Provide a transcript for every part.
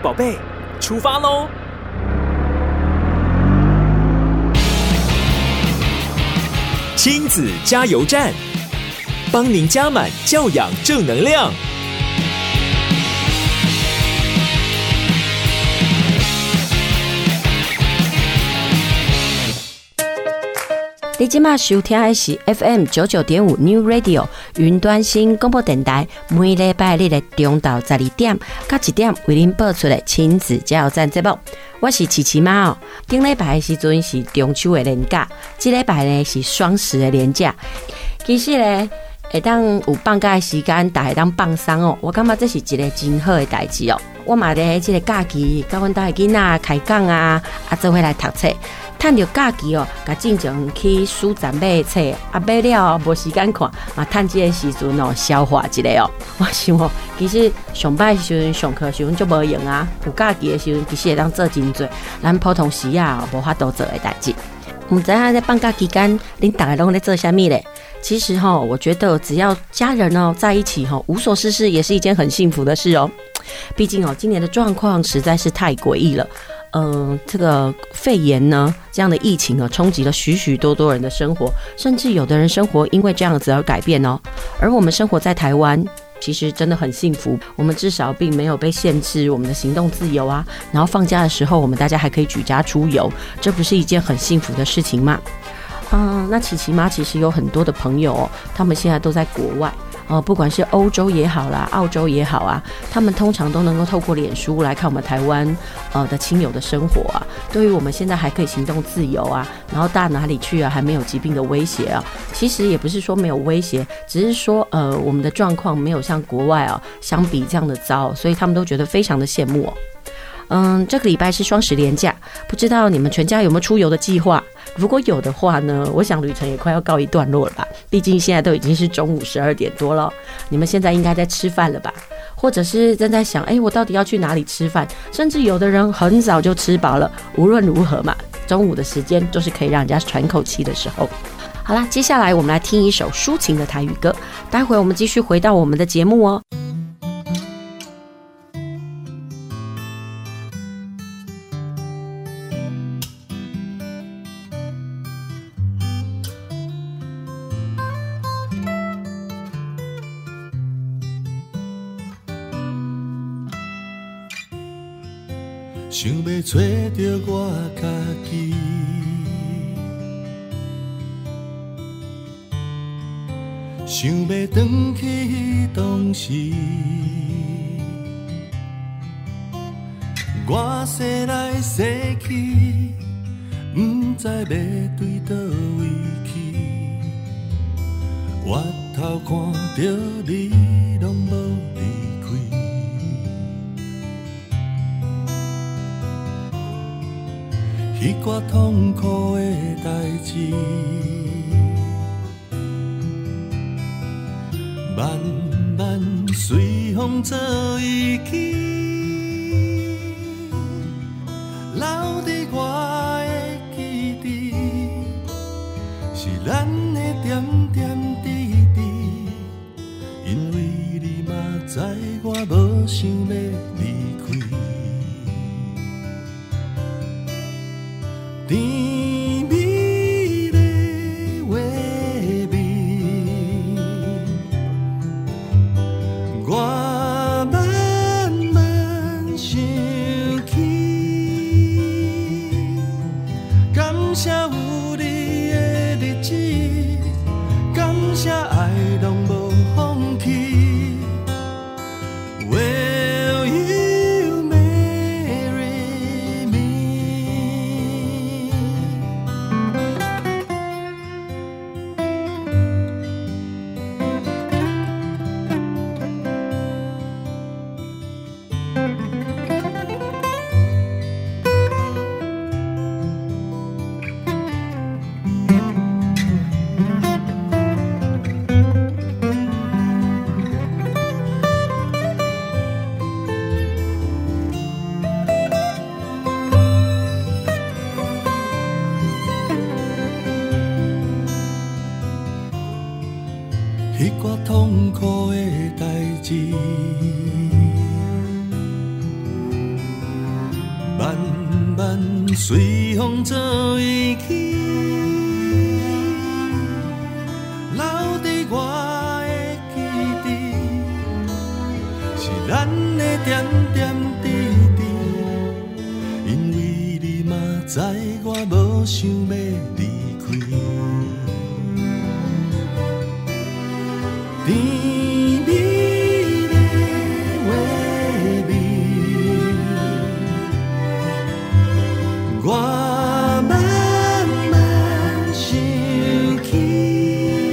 宝贝，出发喽！亲子加油站，帮您加满教养正能量。 你现在收听的是 FM 99.5 New Radio 云端新广播电台，每礼拜日的中昼12点到1点为您播出的亲子加油站节目。我是琪琪妈哦。顶礼拜的时阵是中秋的连假，这礼拜呢是双十的连假。其实呢，会当有放假的时间，大家当放松哦。我感觉这是一个真好的代志哦。我嘛咧这个假期，甲阮家的囡仔开讲啊，做伙来读册。趁着假期哦，甲进前去书展买册，买了无时间看，趁这个时阵哦消化一下哦。我想哦，其实上班的时阵上课的时阵就无用啊，有假期的时阵其实会当做真多咱普通时啊无法度做的代志。唔知影在放假期间，恁大家拢在做啥物咧？其实我觉得只要家人在一起无所事事，也是一件很幸福的事哦。毕竟今年的状况实在是太诡异了。这个肺炎呢，这样的疫情冲击了许许多多人的生活，甚至有的人生活因为这样子而改变哦。而我们生活在台湾，其实真的很幸福，我们至少并没有被限制我们的行动自由啊。然后放假的时候，我们大家还可以举家出游，这不是一件很幸福的事情吗？那琪琪妈其实有很多的朋友他们现在都在国外。不管是欧洲也好啦，澳洲也好啊，他们通常都能够透过脸书来看我们台湾的亲友的生活啊。对于我们现在还可以行动自由啊，然后到哪里去啊，还没有疾病的威胁啊，其实也不是说没有威胁，只是说我们的状况没有像国外相比这样的糟，所以他们都觉得非常的羡慕这个礼拜是双十连假，不知道你们全家有没有出游的计划？如果有的话呢，我想旅程也快要告一段落了吧。毕竟现在都已经是中午12点多了，你们现在应该在吃饭了吧？或者是正在想，我到底要去哪里吃饭？甚至有的人很早就吃饱了。无论如何嘛，中午的时间都是可以让人家喘口气的时候。好啦，接下来我们来听一首抒情的台语歌，待会我们继续回到我们的节目哦。 想要找到我家己，想要回去当时，我生来生去，不知要对倒位去，我头看到你拢无离开。迄寡痛苦的代志，慢慢随风做遗弃，留伫我的记忆，是咱的点点滴滴。因为你嘛知我无想要离开。甜蜜的画面，我慢慢想起。感谢有你的日子，感谢爱拢无放弃。Will you marry me？迄寡痛苦的代志， 慢慢随风做伊去，留伫我的记忆，是咱的点点滴滴。因为你嘛知我无想要离开，甜蜜的话味，我慢慢想起。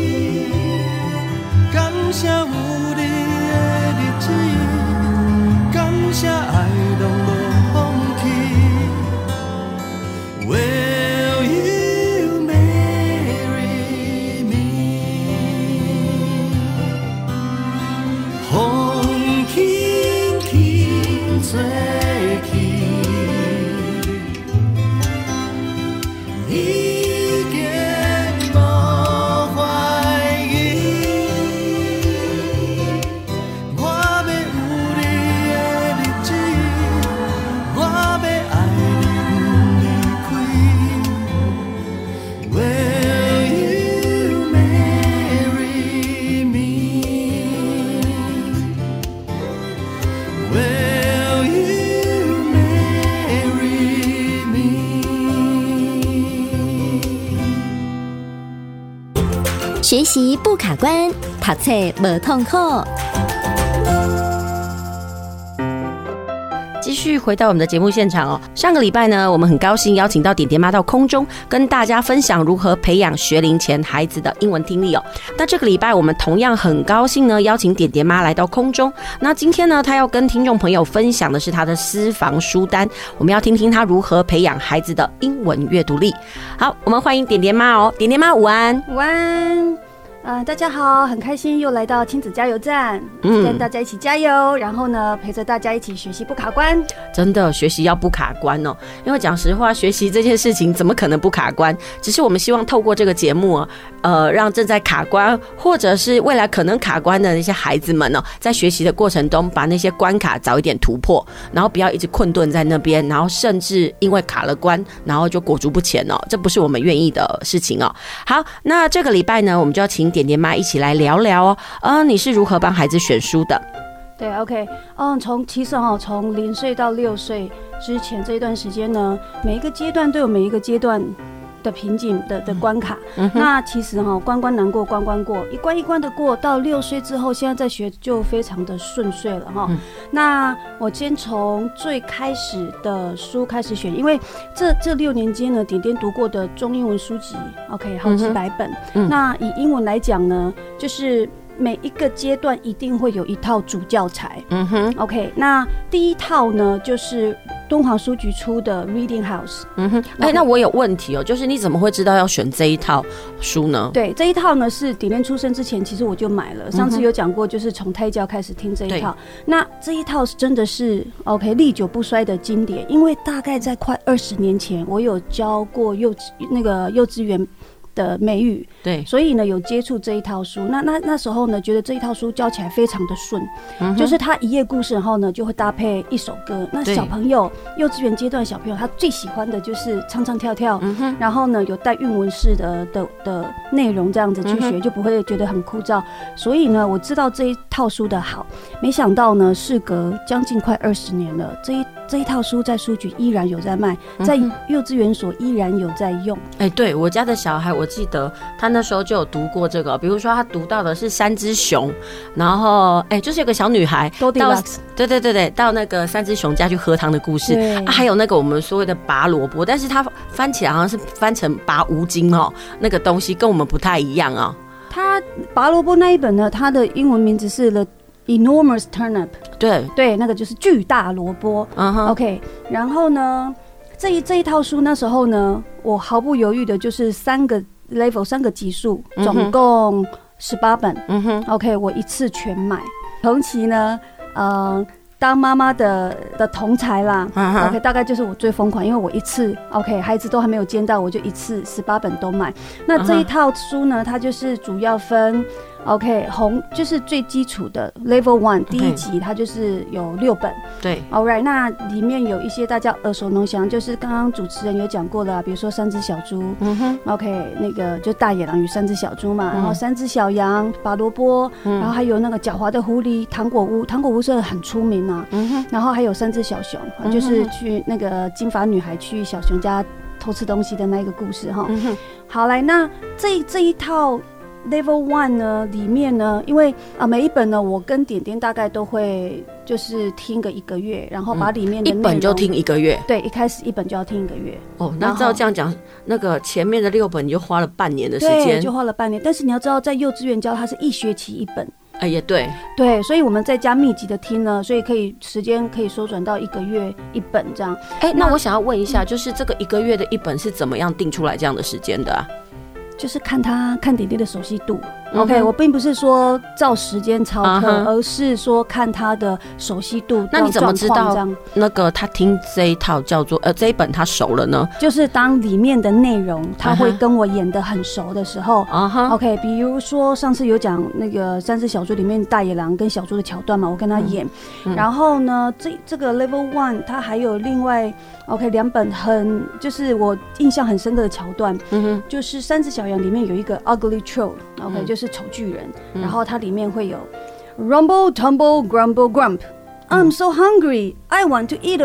感谢有你的日子，感谢爱拢无放弃。Will you marry me？ 风轻轻吹去，已经无怀疑。我要有你的日子，我要爱你不离开。Will you marry me？ Will you marry me？ 学习不卡关，读册无痛苦。 继续回到我们的节目现场哦。上个礼拜呢，我们很高兴邀请到点点妈到空中，跟大家分享如何培养学龄前孩子的英文听力哦。那这个礼拜我们同样很高兴呢，邀请点点妈来到空中。那今天呢，她要跟听众朋友分享的是她的私房书单，我们要听听她如何培养孩子的英文阅读力。好，我们欢迎点点妈哦。点点妈午安。 午安。大家好，很开心又来到亲子加油站，跟大家一起加油，然后呢，陪着大家一起学习不卡关。 真的，学习要不卡关哦，因为讲实话，学习这件事情怎么可能不卡关？只是我们希望透过这个节目让正在卡关或者是未来可能卡关的那些孩子们在学习的过程中，把那些关卡早一点突破，然后不要一直困顿在那边，然后甚至因为卡了关，然后就裹足不前这不是我们愿意的事情哦。好，那这个礼拜呢，我们就要请点点妈一起来聊聊你是如何帮孩子选书的？ 对 ，OK， 其实从0岁到6岁之前这一段时间呢，每一个阶段都有每一个阶段的瓶颈的关卡。那其实关关难过关关过，一关一关的过，到6岁之后，现在在学就非常的顺遂了那我先从最开始的书开始选，因为这6年间呢，点点读过的中英文书籍 ，OK， 好几百本。那以英文来讲呢，就是每一个阶段一定会有一套主教材。OK， 那第一套呢就是敦煌书局出的 Reading House。 那我有问题就是你怎么会知道要选这一套书呢？ 对，这一套呢是点点出生之前，其实我就买了。上次有讲过，就是从胎教开始听这一套。那这一套真的是 OK 历久不衰的经典，因为大概在快20年前，我有教过幼稚园的美语，对，所以呢有接触这一套书。那时候呢，觉得这一套书教起来非常的顺，就是它一页故事，然后呢就会搭配一首歌。那小朋友幼稚园阶段小朋友他最喜欢的就是唱唱跳跳，然后呢有带韵文式的内容，这样子去学就不会觉得很枯燥。所以呢，我知道这一套书的好，没想到呢，事隔将近快20年了，这一套书在书局依然有在卖，在幼稚园所依然有在用。 对，我家的小孩，我记得他那时候就有读过这个，比如说他读到的是3只熊，然后就是有个小女孩到对，到那个3只熊家去喝汤的故事还有那个我们所谓的拔萝卜，但是他翻起来好像是翻成拔无精那个东西跟我们不太一样他拔萝卜那一本呢，它的英文名字是 The Enormous Turnip， 对，那个就是巨大萝卜。OK， 然后呢，这一套书那时候呢，我毫不犹豫的就是3个 level 3个级数，总共18本。OK， 我一次全买。同期呢，当妈妈的同才啦，OK， 大概就是我最疯狂，因为我一次 OK 孩子都还没有见到，我就一次18本都买。那这一套书呢，它就是主要分 OK， 红就是最基础的 Level 1第一集，它就是有6本。 对 ，All right， 那里面有一些大家耳熟能详，就是刚刚主持人有讲过的啊，比如说3只小猪，OK， 那个就大野狼与3只小猪嘛，然后3只小羊，拔萝卜，然后还有那个狡猾的狐狸，糖果屋，糖果屋是很出名啊，然后还有3只小熊，就是去那个金发女孩去小熊家偷吃东西的那个故事哈。好，来，那这一套。Level 1呢，里面呢，因为每一本呢，我跟点点大概都会就是听个1个月，然后把里面的内容一本就听1个月。 对，一开始1本就要听1个月。 哦，那照这样讲，那个前面的6本你就花了半年的时间。 对，就花了半年。但是你要知道，在幼稚园教它是1学期1本。 也对， 对，所以我们在家密集的听呢，所以时间可以缩短到1个月1本这样。 那我想要问一下，就是这个1个月的1本是怎么样定出来这样的时间的啊？ 就是看点点的熟悉度。OK， 我并不是说照时间操课，而是说看他的熟悉度。 那你怎么知道那个他听这一套叫做这一本他熟了呢？ 就是当里面的内容他会跟我演得很熟的时候，OK， 比如说上次有讲那个3只小猪里面大野狼跟小猪的桥段嘛，我跟他演。然后呢，这个 Level 1他还有另外 OK 2本就是我印象很深刻的桥段，就是3只小羊里面有一个 Ugly Troll，OK， 就是丑巨人，然后它里面会有 Rumble Tumble Grumble Grump，I'm so hungry, I want to eat a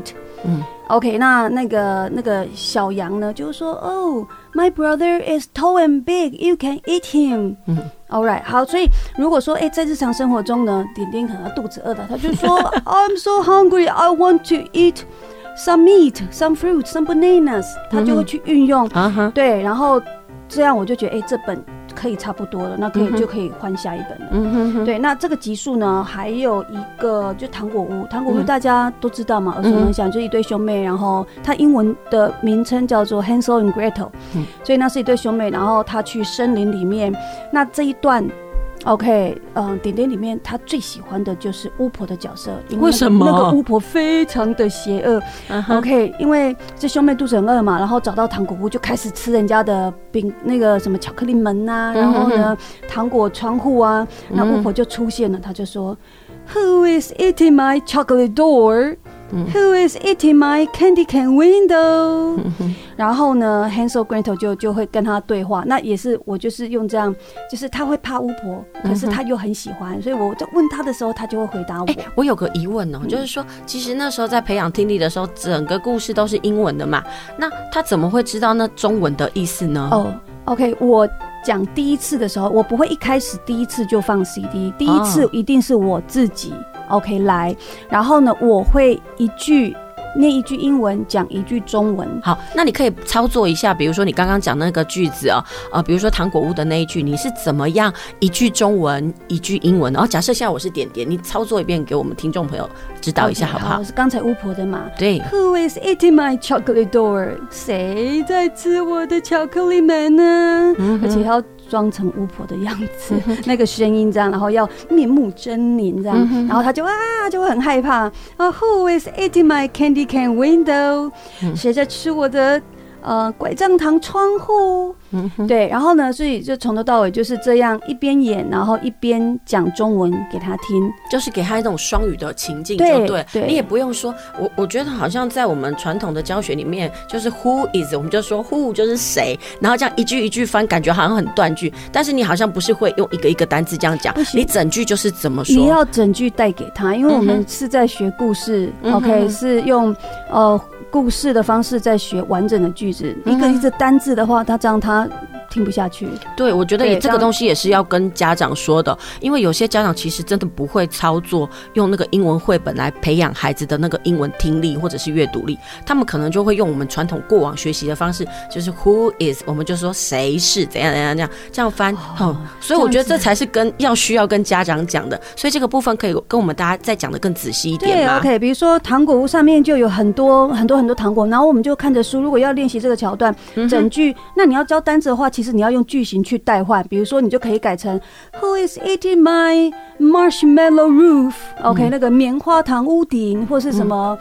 goat。OK， 那个小羊呢，就是说，Oh, my brother is tall and big, you can eat him。All right， 好，所以如果说，在日常生活中呢，点点可能肚子饿了，他就说，I'm so hungry, I want to eat some meat, some fruits, some bananas， 他就会去运用，对，然后这样我就觉得，这本可以差不多了，那就可以换下一本了。对，那这个集数呢，还有一个就糖果屋，糖果屋大家都知道嘛，耳熟能详，就是一堆兄妹，然后它英文的名称叫做 Hansel and Gretel，所以那是一对兄妹，然后他去森林里面，那这一段。OK， 点点里面他最喜欢的就是巫婆的角色， 为什么？ 那个巫婆非常的邪恶。OK， 因为这兄妹肚子很饿嘛，然后找到糖果屋就开始吃人家的饼，那个什么巧克力门啊，然后呢糖果窗户啊，那巫婆就出现了，他就说 ，Who is eating my chocolate door？Who is eating my candy can window？ 然后呢 ，Hansel Gretel 就会跟他对话。那也是我就是用这样，就是他会怕巫婆，可是他又很喜欢，所以我在问他的时候，他就会回答我。 我有个疑问哦，就是说，其实那时候在培养听力的时候，整个故事都是英文的嘛，那他怎么会知道那中文的意思呢 ？OK， 我讲第一次的时候，我不会一开始第一次就放 CD， 第一次一定是我自己。OK， 来，然后呢，我会念一句英文，讲一句中文。 好，那你可以操作一下，比如说你刚刚讲那个句子比如说糖果屋的那一句，你是怎么样一句中文一句英文？然后假设现在我是点点，你操作一遍给我们听众朋友知道一下好不好？ 是刚才巫婆的嘛？ 对。 Who is eating my chocolate door？ 谁在吃我的巧克力门呢？而且要装成巫婆的样子，那个声音这样，然后要面目狰狞这样，然后他就会很害怕。Who is eating my candy can window？ 谁在吃我的拐杖糖窗户？对，然后呢，所以就从头到尾就是这样，一边演，然后一边讲中文给他听， 就是给他一种双语的情境，就对，你也不用说，我觉得好像在我们传统的教学里面，就是 who is， 我们就说 who 就是谁，然后这样一句一句翻，感觉好像很断句，但是你好像不是会用一个一个单字这样讲，你整句就是怎么说， 你要整句带给他，因为我们是在学故事，OK， 是用故事的方式在学完整的句子，一个单字的话，他这样他听不下去。 对，我觉得这个东西也是要跟家长说的，因为有些家长其实真的不会操作用那个英文绘本来培养孩子的那个英文听力或者是阅读力，他们可能就会用我们传统过往学习的方式，就是 who is， 我们就说谁是怎样怎样这样翻，所以我觉得这才是需要跟家长讲的，所以这个部分可以跟我们大家再讲的更仔细一点吗？ 对 ，OK， 比如说糖果屋上面就有很多糖果，然后我们就看着书，如果要练习这个桥段，整句，那你要教单字的话，其实你要用句型去代换，比如说你就可以改成 Who is eating my marshmallow roof？OK， 那个棉花糖屋顶，或是什么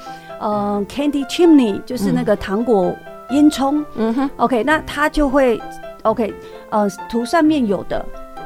candy chimney， 就是那个糖果烟囱。OK， 那它就会 OK， 图上面有的。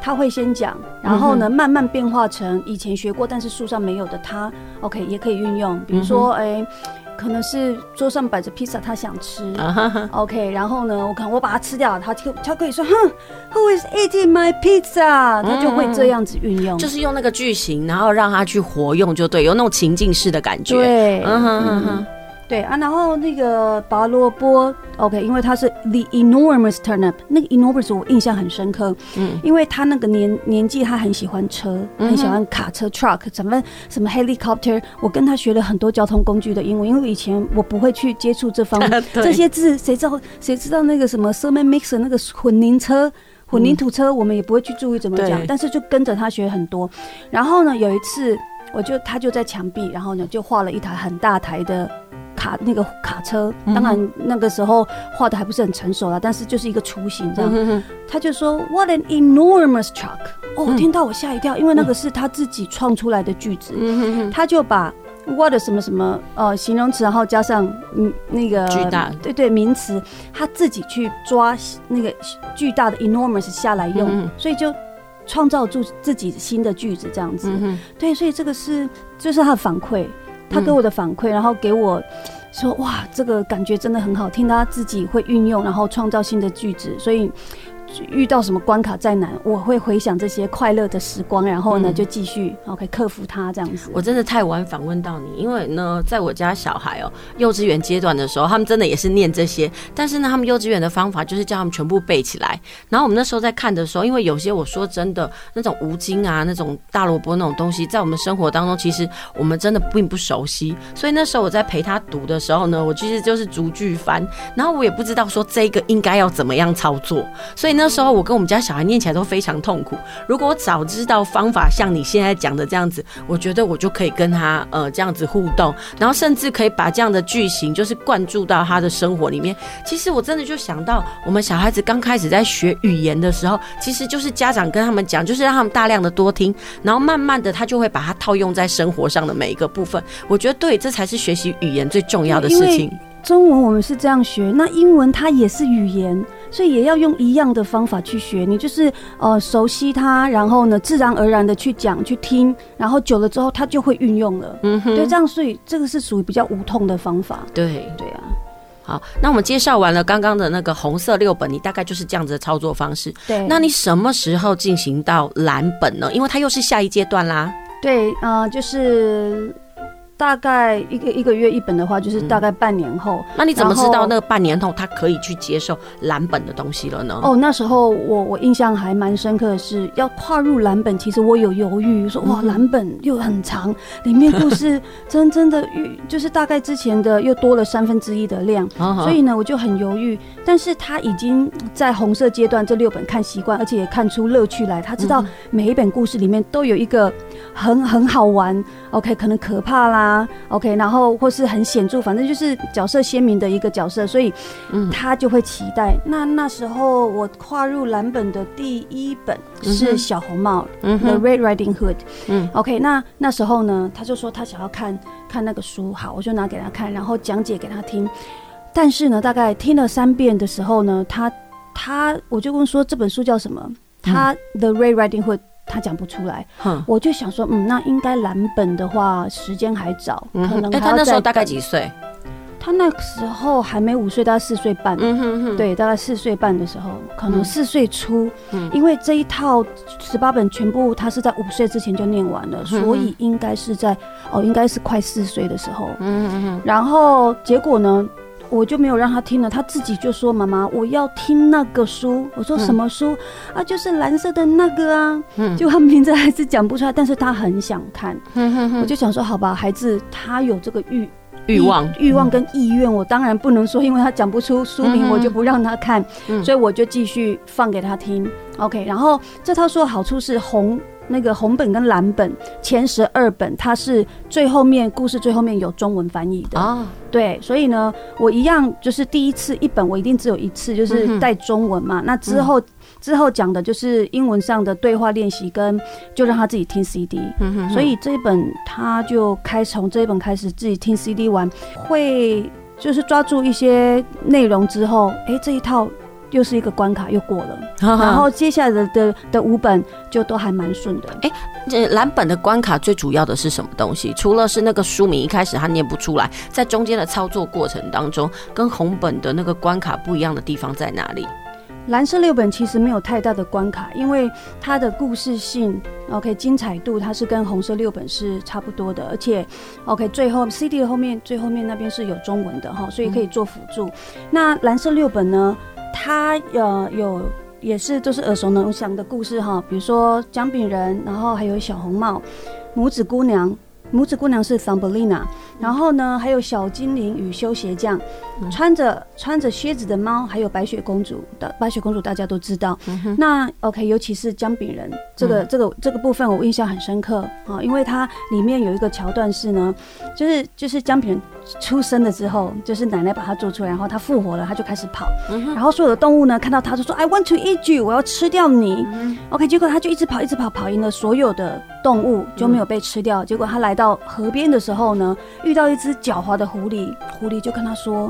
他会先讲，然后呢慢慢变化成以前学过但是书上没有的，他 OK 也可以运用，比如说可能是桌上摆着披萨，他想吃，OK， 然后呢，我把它吃掉了，他可以说，Who is eating my pizza？ 他就会这样子运用， 就是用那个句型，然后让他去活用，就对，有那种情境式的感觉。 对，对啊，然后那个拔萝卜 ，OK， 因为它是 The Enormous Turnip， 那个 Enormous 我印象很深刻，因为他那个年纪他很喜欢车，很喜欢卡车 truck， 什么 helicopter， 我跟他学了很多交通工具的英文，因为以前我不会去接触这方面这些字，谁知道那个什么 Sermon Mixer 那个混凝土车，我们也不会去注意怎么讲，但是就跟着他学很多。然后呢，有一次他就在墙壁，然后呢就画了一台很大台的卡车，当然那个时候画的还不是很成熟啦，但是就是一个雏形这样。他就说 What an enormous truck！ 我听到我吓一跳，因为那个是他自己创出来的句子，他就把 what 什么什么形容词，然后加上那个巨大， 对名词，他自己去抓那个巨大的 enormous 下来用，所以就创造出自己新的句子这样子。对，所以这个就是他的反馈。他给我的反馈，然后给我说哇，这个感觉真的很好听，他自己会运用，然后创造新的句子，所以遇到什么关卡再难，我会回想这些快乐的时光，然后呢就继续 OK 克服它这样子。 我真的太晚访问到你，因为呢，在我家小孩幼稚园阶段的时候，他们真的也是念这些，但是呢，他们幼稚园的方法就是叫他们全部背起来。然后我们那时候在看的时候，因为有些我说真的，那种无精啊，那种大萝卜那种东西，在我们生活当中，其实我们真的并不熟悉。所以那时候我在陪他读的时候呢，我其实就是逐句翻，然后我也不知道说这个应该要怎么样操作，所以那时候我跟我们家小孩念起来都非常痛苦。如果我早知道方法像你现在讲的这样子，我觉得我就可以跟他这样子互动，然后甚至可以把这样的句型就是灌注到他的生活里面。其实我真的就想到我们小孩子刚开始在学语言的时候，其实就是家长跟他们讲，就是让他们大量的多听，然后慢慢的他就会把它套用在生活上的每一个部分。我觉得对，这才是学习语言最重要的事情。 中文我们是这样学，那英文它也是语言，所以也要用一样的方法去学。你就是熟悉它，然后呢自然而然的去讲去听，然后久了之后它就会运用了。对，这样所以这个是属于比较无痛的方法。对啊。 好，那我们介绍完了刚刚的那个红色6本，你大概就是这样子的操作方式。 对， 那你什么时候进行到蓝本呢？因为它又是下一阶段啦。 对，就是大概一个月一本的话，就是大概半年后。 那你怎么知道那个半年后他可以去接受蓝本的东西了呢？ 那时候我印象还蛮深刻的是，要跨入蓝本，其实我有犹豫，说哇，蓝本又很长，里面故事真的就是大概之前的又多了1/3的量，所以呢我就很犹豫。但是他已经在红色阶段这6本看习惯，而且也看出乐趣来。他知道每一本故事里面都有一个很好玩 ，OK， 可能可怕啦。OK， 然后或是很显著，反正就是角色鲜明的一个角色，所以他就会期待。那时候我跨入蓝本的第1本是小红帽，The Red Riding Hood。OK， 那时候呢，他就说他想要看那个书，好，我就拿给他看，然后讲解给他听。但是呢，大概听了3遍的时候呢，我就问说这本书叫什么？他 The Red Riding Hood。他讲不出来，我就想说，那应该蓝本的话，时间还早，可能还要他那时候大概几岁？ 他那个时候还没5岁，大概4岁半。对，大概4岁半的时候，可能4岁初。因为这一套18本全部他是在5岁之前就念完了，所以应该是应该是快4岁的时候。然后结果呢？我就没有让他听了，他自己就说妈妈我要听那个书。我说什么书？就是蓝色的那个啊。就他名字还是讲不出来，但是他很想看。我就想说好吧，孩子他有这个欲望跟意愿，我当然不能说因为他讲不出书名我就不让他看。所以我就继续放给他听。 OK， 然后这套书的好处是那个红本跟蓝本前12本，它是故事最后面有中文翻译的。对，所以呢，我一样就是第一次1本我一定只有1次，就是带中文嘛。那之后讲的就是英文上的对话练习，跟就让他自己听 CD。所以这一本他就从这一本开始自己听 CD 玩，会就是抓住一些内容之后，这一套又是一个关卡又过了，然后接下来的5本就都还蛮顺的。 这蓝本的关卡最主要的是什么东西？除了是那个书名一开始他念不出来，在中间的操作过程当中，跟红本的那个关卡不一样的地方在哪里？ 蓝色6本其实没有太大的关卡，因为它的故事性 ，OK， 精彩度它是跟红色6本是差不多的，而且 OK 最后 CD 的最后面那边是有中文的哈，所以可以做辅助。那蓝色6本呢，它有也是都是耳熟能详的故事哈，比如说姜饼人，然后还有小红帽、拇指姑娘是 Thumbelina， 然后呢还有小精灵与修鞋匠，穿着靴子的猫，还有白雪公主大家都知道。那 OK， 尤其是姜饼人这个部分我印象很深刻啊，因为它里面有一个桥段是呢，就是姜饼人出生了之后，就是奶奶把它做出来，然后它复活了，它就开始跑，然后所有的动物呢看到它就说 I want to eat you， 我要吃掉你。OK， 结果它就一直跑，跑赢了所有的动物，就没有被吃掉。结果它来到河边的时候呢，遇到一只狡猾的狐狸，狐狸就跟他说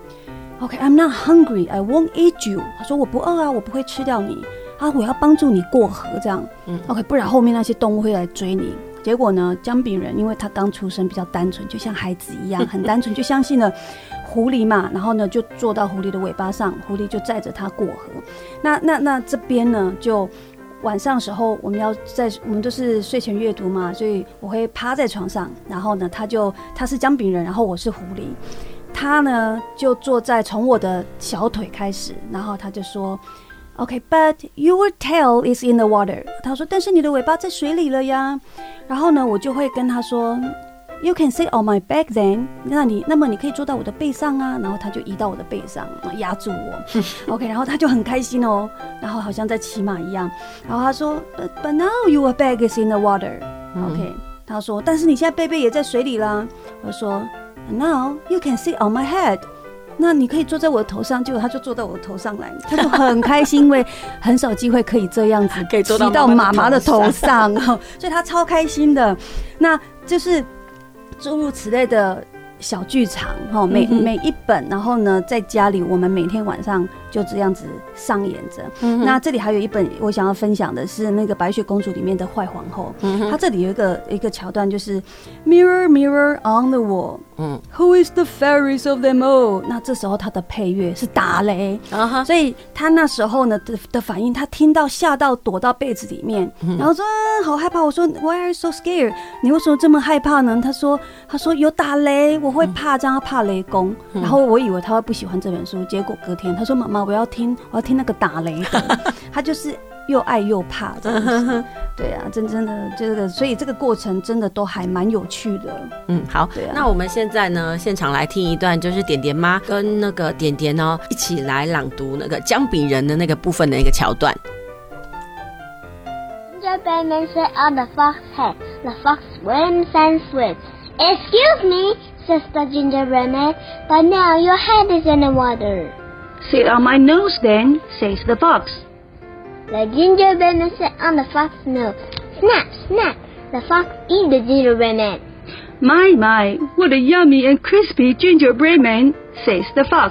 OK I'm not hungry I won't eat you， 他说我不饿啊，我不会吃掉你啊，我要帮助你过河这样。OK， 不然后面那些动物会来追你。结果呢，姜饼人因为他刚出生比较单纯，就像孩子一样很单纯，就相信了狐狸嘛，然后呢就坐到狐狸的尾巴上，狐狸就载着他过河。那这边呢就晚上的时候，我们都是睡前阅读嘛，所以我会趴在床上，然后呢，他是姜饼人，然后我是狐狸，他呢就坐在从我的小腿开始，然后他就说 ，OK, but your tail is in the water。他说，但是你的尾巴在水里了呀。然后呢，我就会跟他说 ，You can sit on my back then。那么你可以坐到我的背上啊。然后他就移到我的背上，压住我。OK， 然后他就很开心哦，然后好像在骑马一样。然后他说 ，But now your back is in the water。OK， 他说，但是你现在背背也在水里啦。我说 ，Now you can sit on my head。那你可以坐在我的头上，结果他就坐到我的头上来，他就很开心，因为很少机会可以这样子可以坐到妈妈的头上，所以他超开心的。那就是诸如此类的小剧场，每一本，然后呢，在家里我们每天晚上就这样子上演着。那这里还有一本我想要分享的是那个白雪公主里面的坏皇后，它这里有一个桥段，就是 Mirror Mirror on the wall。Who is the fairest of them all？ 那这时候他的配乐是打雷，所以他那时候呢的反应，他听到吓到躲到被子里面，然后说好害怕。我说 Why are you so scared？ 你为什么这么害怕呢？他说有打雷，我会怕，这样他怕雷公。然后我以为他会不喜欢这本书，结果隔天他说妈妈，我要听那个打雷的。他就是又爱又怕这样子。对啊，真的这个，所以这个过程真的都还蛮有趣的。 好，对啊。那我们现在呢，现场来听一段，就是点点妈跟那个点点哦一起来朗读那个姜饼人的那个部分的一个桥段。 Gingerbread sat on the fox's head. The fox swims and swims. Excuse me, says the gingerbread man, but now your head is in the water. Sit on my nose then, says the fox. The gingerbread man sat on the fox's nose. Snap, snap, the fox ate the gingerbread man. My, what a yummy and crispy gingerbread man, says the fox.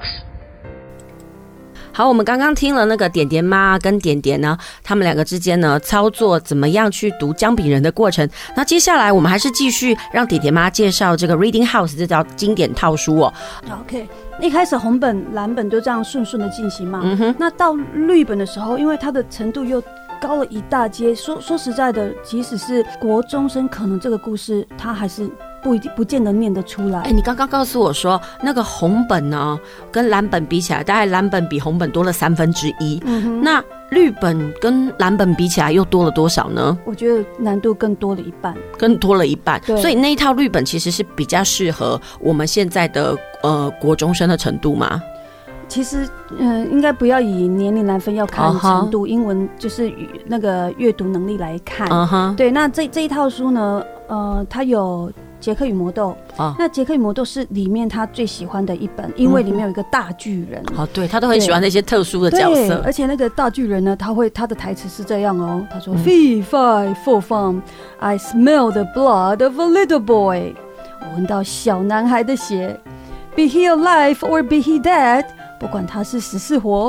好，我们刚刚听了那个点点妈跟点点呢，他们两个之间呢操作怎么样去读姜饼人的过程。那接下来我们还是继续让点点妈介绍这个 Reading House 这套经典套书哦。 OK， 一开始红本、蓝本就这样顺顺的进行嘛。那到绿本的时候，因为它的程度又高了一大阶，说实在的，即使是国中生，可能这个故事他还是不见得念得出来。 你刚刚告诉我说那个红本呢跟蓝本比起来，大概蓝本比红本多了1/3。那绿本跟蓝本比起来又多了多少呢？ 我觉得难度更多了一半。 所以那一套绿本其实是比较适合我们现在的国中生的程度吗？ 其实应该不要以年龄来分，要看程度。英文就是那个阅读能力来看。对，那这一套书呢，它有杰克与魔豆。那杰克与魔豆是里面他最喜欢的一本，因为里面有一个大巨人。对， 他都很喜欢那些特殊的角色。 而且那个大巨人呢，他的台词是这样哦，他说 Fee, fi, fo, fum, I smell the blood of a little boy。我闻到小男孩的血。Be he alive or be he dead，不管他是死是活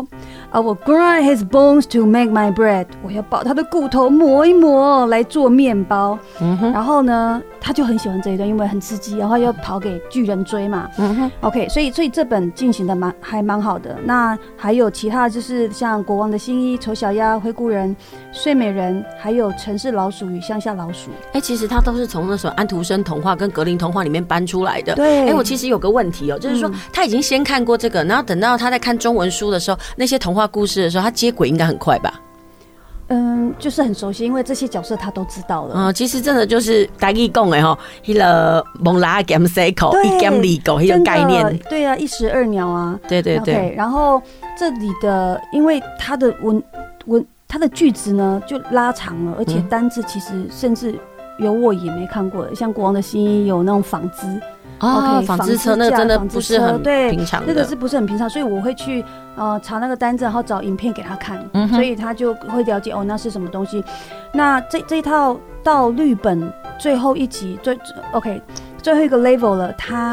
I will grind his bones to make my bread， 我要把他的骨头磨一磨来做面包。然后呢，他就很喜欢这一段，因为很刺激，然后又跑给巨人追嘛。OK， 所以这本进行的还蛮好的。那还有其他就是像国王的新衣、丑小鸭、灰姑人、睡美人，还有城市老鼠与乡下老鼠。 其实他都是从那首安徒生童话跟格林童话里面搬出来的。 对， 我其实有个问题哦，就是说他已经先看过这个，然后等到他在看中文书的时候，那些童话故事的时候，他接轨应该很快吧？ 就是很熟悉，因为这些角色他都知道了。 其实真的就是台语讲的吼，那个蒙拉减西口，一减二狗，那个概念。 对啊，一石二鸟啊。 对对对。 Okay， 然后这里的，因为他的他的句子呢就拉长了，而且单字其实甚至有我也没看过的，像国王的新衣有那种纺织。 OK， 纺织车那个真的不是很平常的， 那个是不是很平常？所以我会去查那个单字，然后找影片给他看，所以他就会了解那是什么东西。那这一套到绿本最后一集最后一个 level 了，它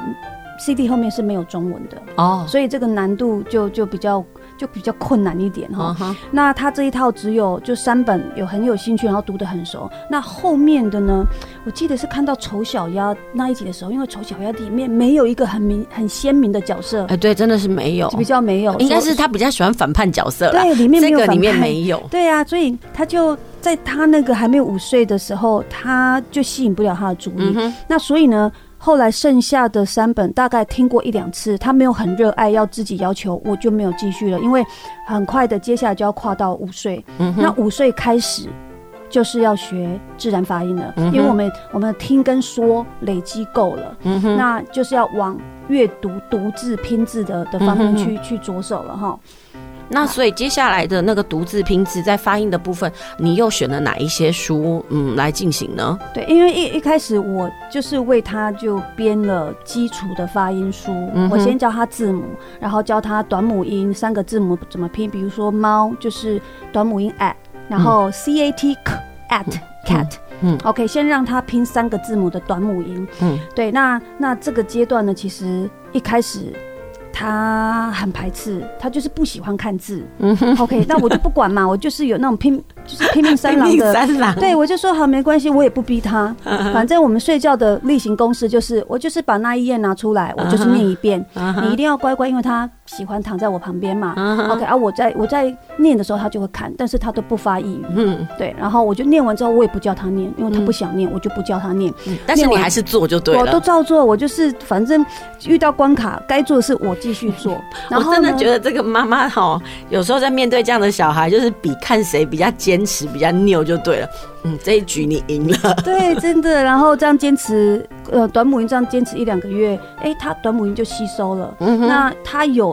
CD 后面是没有中文的所以这个难度就比较困难一点哈。那他这一套只有就3本，很有兴趣，然后读得很熟。那后面的呢，我记得是看到丑小鸭那一集的时候，因为丑小鸭里面没有一个很鲜明的角色， 对，真的是没有， 比较没有， 应该是他比较喜欢反叛角色啦。 对，里面没有反叛， 这个里面没有。 对啊，所以他就在他那个还没有5岁的时候，他就吸引不了他的注意。那所以呢，后来剩下的3本大概听过1-2次，他没有很热爱，要自己要求，我就没有继续了，因为很快的接下来就要跨到5岁。那5岁开始就是要学自然发音了，因为我们听跟说累积够了，那就是要往阅读读字拼字的方面去着手了哈。 那所以接下来的那个读字拼字在发音的部分，你又选了哪一些书来进行呢？ 对，因为一开始我就是为他就编了基础的发音书，我先教他字母，然后教他短母音3个字母怎么拼，比如说猫就是短母音 at， 然后 cat at cat。OK， 先让他拼3个字母的短母音。对，那这个阶段呢，其实一开始他很排斥，他就是不喜欢看字。OK， 那我就不管嘛，我就是有那种拼命三郎的，对，我就说好没关系，我也不逼他，反正我们睡觉的例行公事就是我就是把那一页拿出来，我就是念一遍，你一定要乖乖，因为他喜欢躺在我旁边嘛。OK， 我在念的时候他就会看，但是他都不发一语。对，然后我就念完之后我也不叫他念，因为他不想念，我就不叫他念。 但是你还是做就对了， 我都照做，我就是反正遇到关卡该做的事我继续做。然后我真的觉得这个妈妈有时候在面对这样的小孩，就是比看谁比较坚持比较拗就对了。这一局你赢了。对， 真的。然后这样坚持短母音这样坚持1-2个月，他短母音就吸收了。那他有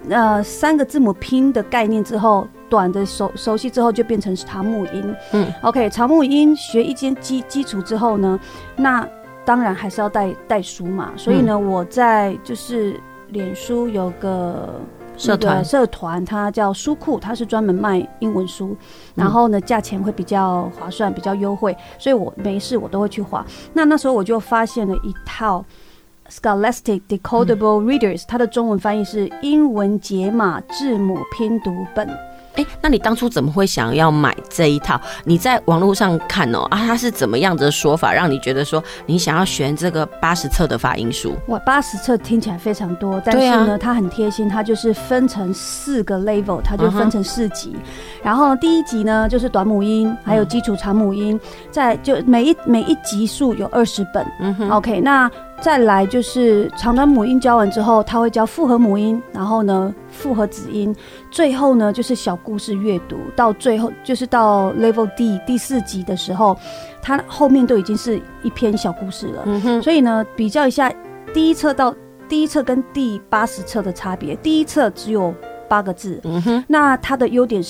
3个字母拼的概念之后，短的熟悉之后就变成长母音。OK， 长母音学一间基础之后呢，那当然还是要带书嘛。所以呢，我在就是脸书有个社团，它叫书库，它是专门卖英文书，然后呢价钱会比较划算，比较优惠，所以我没事我都会去划。那时候我就发现了一套 Scholastic Decodable Readers， 它的中文翻译是英文解码字母拼读本。 那你当初怎么会想要买这一套？你在网络上看它是怎么样的说法让你觉得说你想要选这个80册的发音书？ 哇，80册听起来非常多，但是呢，它很贴心，它就是分成4个 level， 它就分成4集。然后第1集呢就是短母音，还有基础长母音，再就每一集数有20本。OK， 那再来就是长短母音教完之后，他会教复合母音，然后呢复合子音，最后呢就是小故事阅读，到最后就是到 Level D 第4集的时候，它后面都已经是一篇小故事了。所以呢，比较一下第一册跟第80册的差别，第一册只有8个字，那它的优点是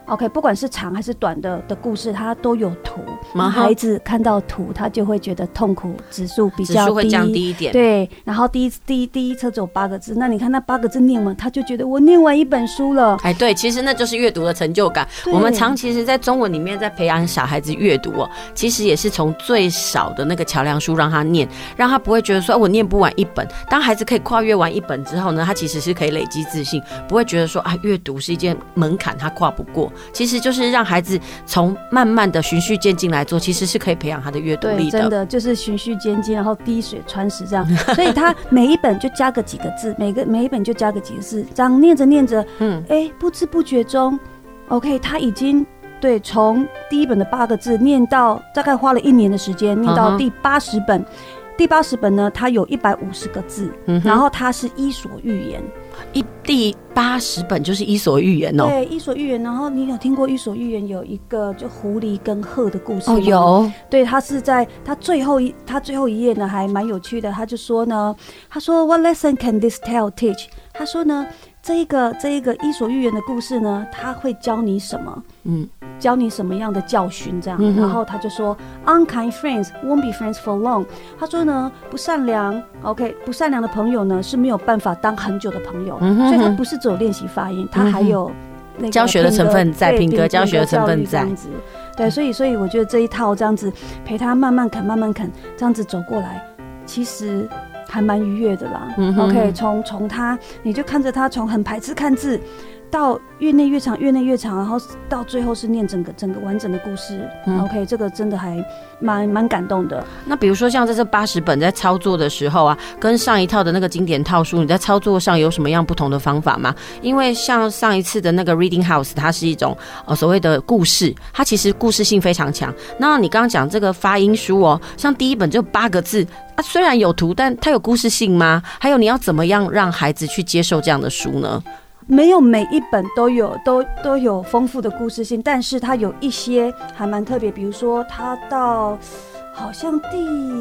OK， 不管是长还是短的故事，它都有图。孩子看到图，他就会觉得痛苦指数比较低， 会降低一点。 对，然后第一册只有8个字，那你看那8个字念完，他就觉得我念完一本书了。 哎，对，其实那就是阅读的成就感。我们其实在中文里面在培养小孩子阅读哦，其实也是从最少的那个桥梁书让他念，让他不会觉得说我念不完一本。当孩子可以跨越完一本之后呢，他其实是可以累积自信，不会觉得说阅读是一件门槛他跨不过。其实就是让孩子从慢慢的循序渐进来做，其实是可以培养他的阅读力的。 对，真的就是循序渐进，然后滴水穿石这样。所以他每一本就加个几个字，每一本就加个几个字，这样念着念着，不知不觉中 ，OK， 他已经对从第一本的8个字念到大概花了1年的时间，念到第80本。第80本呢，它有150个字，然后它是伊索寓言。 第80本就是伊索寓言哦。 对，伊索寓言。然后你有听过伊索寓言有一个就狐狸跟鹤的故事吗？ 哦，有。 对，他是在他最后一页呢，还蛮有趣的。他就说呢，他说 What lesson can this tale teach？ 他说呢，这一个伊索寓言的故事呢，他会教你什么？教你什么样的教训？这样，然后他就说 ，Unkind friends won't be friends for long。他说呢，不善良的朋友呢是没有办法当很久的朋友，所以他不是只有练习发音，他还有那个教学的成分在，品格教学的成分在。 对，所以我觉得这一套这样子陪他慢慢啃，这样子走过来，其实还蛮愉悦的啦。OK， 从他你就看着他从很排斥看字。到越念越长，然后到最后是念整个完整的故事。OK， 这个真的还蛮感动的。 那比如说像在这80本在操作的时候啊，跟上一套的那个经典套书，你在操作上有什么样不同的方法吗？因为像上一次的那个 Reading House， 它是一种所谓的故事，它其实故事性非常强。那你刚刚讲这个发音书哦，像第一本就8个字，虽然有图，但它有故事性吗？还有你要怎么样让孩子去接受这样的书呢？ 没有每一本都有丰富的故事性，但是它有一些还蛮特别，比如说它到好像第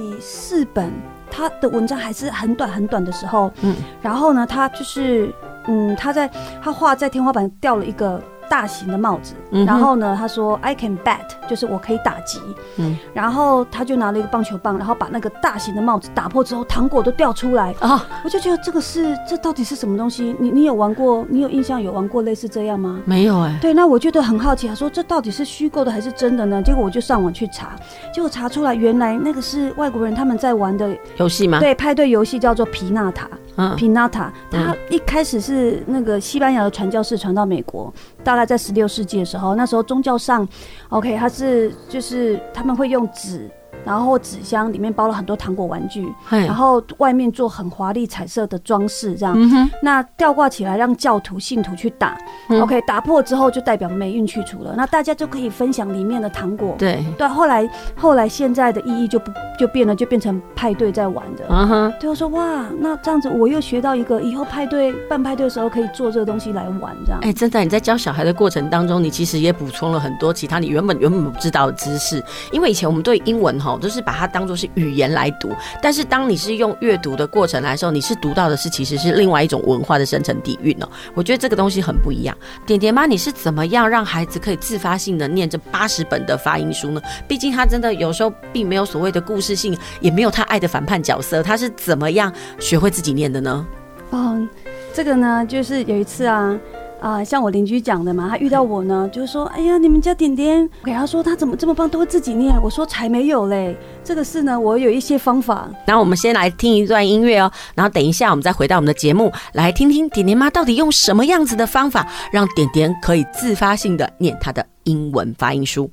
4本，它的文章还是很短的时候，然后呢，它就是他画在天花板掉了一个大型的帽子，然后呢，他说 I can bat， 就是我可以打击，然后他就拿了一个棒球棒，然后把那个大型的帽子打破之后，糖果都掉出来我就觉得这到底是什么东西？你有玩过？你有印象有玩过类似这样吗？ 没有对，那我觉得很好奇，他说这到底是虚构的还是真的呢？结果我就上网去查，结果查出来原来那个是外国人他们在玩的游戏吗？ 对，派对游戏叫做皮纳塔。皮纳塔，它一开始是那个西班牙的传教士传到美国，大概在16世纪的时候，那时候宗教上 ，OK， 它是就是他们会用纸。然后纸箱里面包了很多糖果玩具，然后外面做很华丽彩色的装饰，这样，那吊挂起来让教徒信徒去打，OK， 打破之后就代表霉运去除了，那大家就可以分享里面的糖果。对，后来现在的意义就变了，就变成派对在玩的。对，我说哇，那这样子我又学到一个，以后办派对的时候可以做这个东西来玩，这样。 真的，你在教小孩的过程当中，你其实也补充了很多其他你原本不知道的知识，因为以前我们对英文都是把它当作是语言来读，但是当你是用阅读的过程来说，你是读到的是其实是另外一种文化的深层底蕴我觉得这个东西很不一样。点点妈，你是怎么样让孩子可以自发性的念这80本的发音书呢？毕竟他真的有时候并没有所谓的故事性，也没有他爱的反叛角色，他是怎么样学会自己念的呢？ 这个呢，就是有一次像我邻居讲的嘛，他遇到我呢，就是说，哎呀，你们家点点，给他说他怎么这么棒，都会自己念。我说才没有嘞，这个事呢，我有一些方法。 然后我们先来听一段音乐然后等一下我们再回到我们的节目，来听听点点妈到底用什么样子的方法，让点点可以自发性的念他的英文发音书。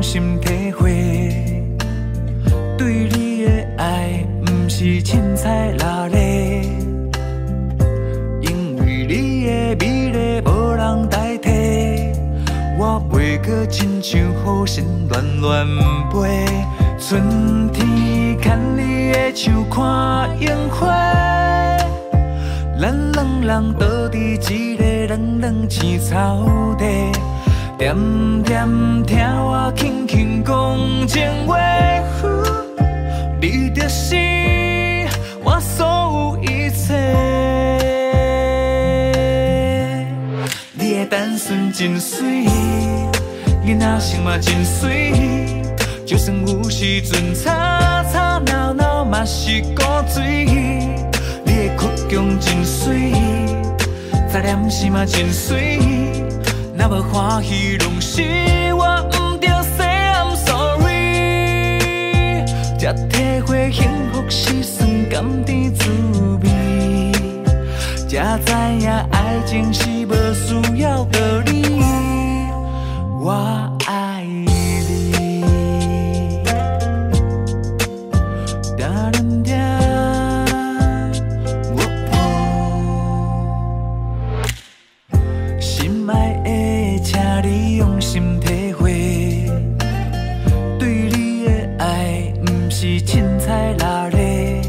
心体会，对你的爱不是凊彩拉咧，因为你的美丽无人代替，我袂阁亲像雨神乱乱飞，春天牵你的手看樱花，咱两人倒伫一个冷冷青草地，点点听我轻轻讲情话，你就是我所有一切。你的单纯真水，囡仔性嘛真水，就算有时阵吵吵闹闹嘛是古水。你的哭强真水，杂念是嘛真水，若无欢喜拢是我不对 say I'm sorry， 才体会幸福是酸甘甜滋味，才知影爱情是无需要道理，我爱你。心爱的，请你用心体会，对你的爱不是凊彩拉咧，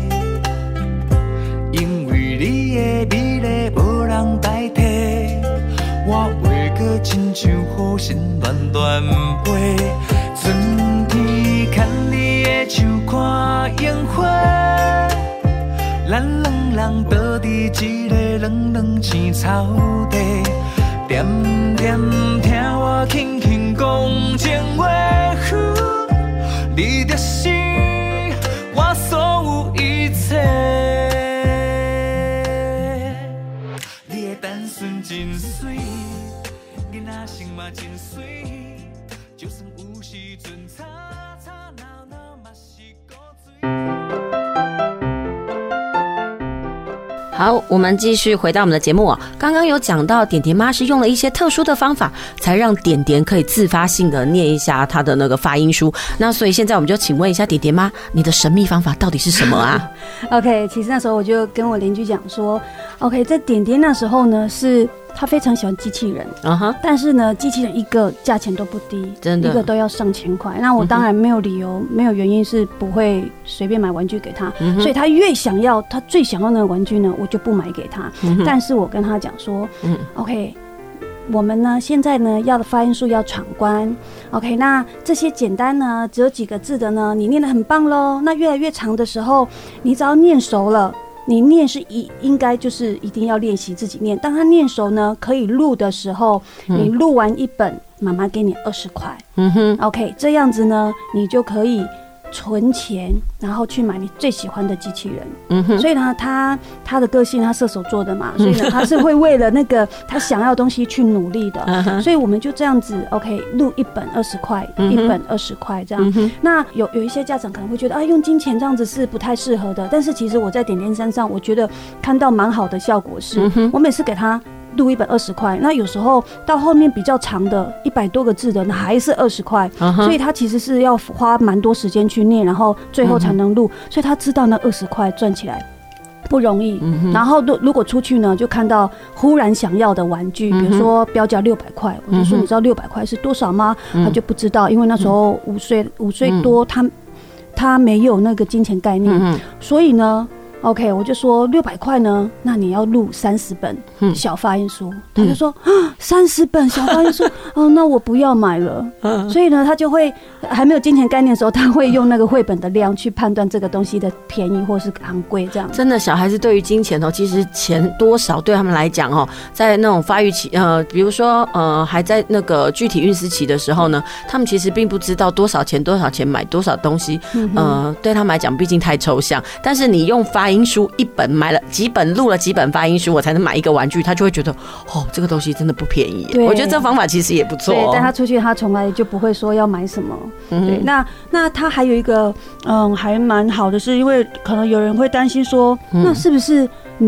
因为你的美丽无人代替，我袂阁亲像雨神乱乱飞，春天牵你的手看樱花，咱两人倒伫一个冷冷青草地，点点听我轻轻讲情话，你就是我所有一切。你的单纯真水，囡仔性嘛真水，就算有时阵吵吵闹闹嘛是古水。 好，我们继续回到我们的节目哦。刚刚有讲到点点妈是用了一些特殊的方法，才让点点可以自发性的念一下她的那个发音书。那所以现在我们就请问一下点点妈，你的神秘方法到底是什么啊 ？OK， 其实那时候我就跟我邻居讲说 ，OK， 在点点那时候呢，是他非常喜欢机器人，但是呢，机器人一个价钱都不低，真的，一个都要上千块。那我当然没有理由、没有原因是不会随便买玩具给他，所以他越想要，他最想要那个玩具呢，我就不买给他。但是我跟他讲说，OK。我们呢，现在呢要的发音数要闯关 ，OK， 那这些简单呢，只有几个字的呢，你念得很棒咯。那越来越长的时候，你只要念熟了，你念是应该就是一定要练习自己念。当他念熟呢，可以录的时候，你录完一本，妈妈给你20块，OK， 这样子呢，你就可以存钱，然后去买你最喜欢的机器人。所以呢，他的个性，他射手座的嘛，所以呢，他是会为了那个他想要的东西去努力的。所以我们就这样子 ，OK， 录一本20块，一本20块这样。那有一些家长可能会觉得啊，用金钱这样子是不太适合的。但是其实我在点点身上，我觉得看到蛮好的效果是，我每次给他录一本20块，那有时候到后面比较长的100多个字的，那还是20块，所以他其实是要花蛮多时间去念，然后最后才能录，所以他知道那20块赚起来不容易。然后如果出去呢，就看到忽然想要的玩具，比如说标价600块，我就说你知道600块是多少吗？他就不知道，因为那时候5岁多，他没有那个金钱概念，所以呢。OK， 我就说600块呢，那你要录30本小发音书。他就说30本小发音书，那我不要买了。所以呢，他就会还没有金钱概念的时候，他会用那个绘本的量去判断这个东西的便宜或是昂贵这样。 真的，小孩子对于金钱其实钱多少对他们来讲在那种发育期，比如说还在那个具体运思期的时候呢，他们其实并不知道多少钱买多少东西，对他们来讲毕竟太抽象。但是你用发音书一本买了几本，录了几本发音书，我才能买一个玩具，他就会觉得这个东西真的不便宜。我觉得这方法其实也不错。 对，带他出去，他从来就不会说要买什么。对，那他还有一个还蛮好的是，因为可能有人会担心说，那是不是你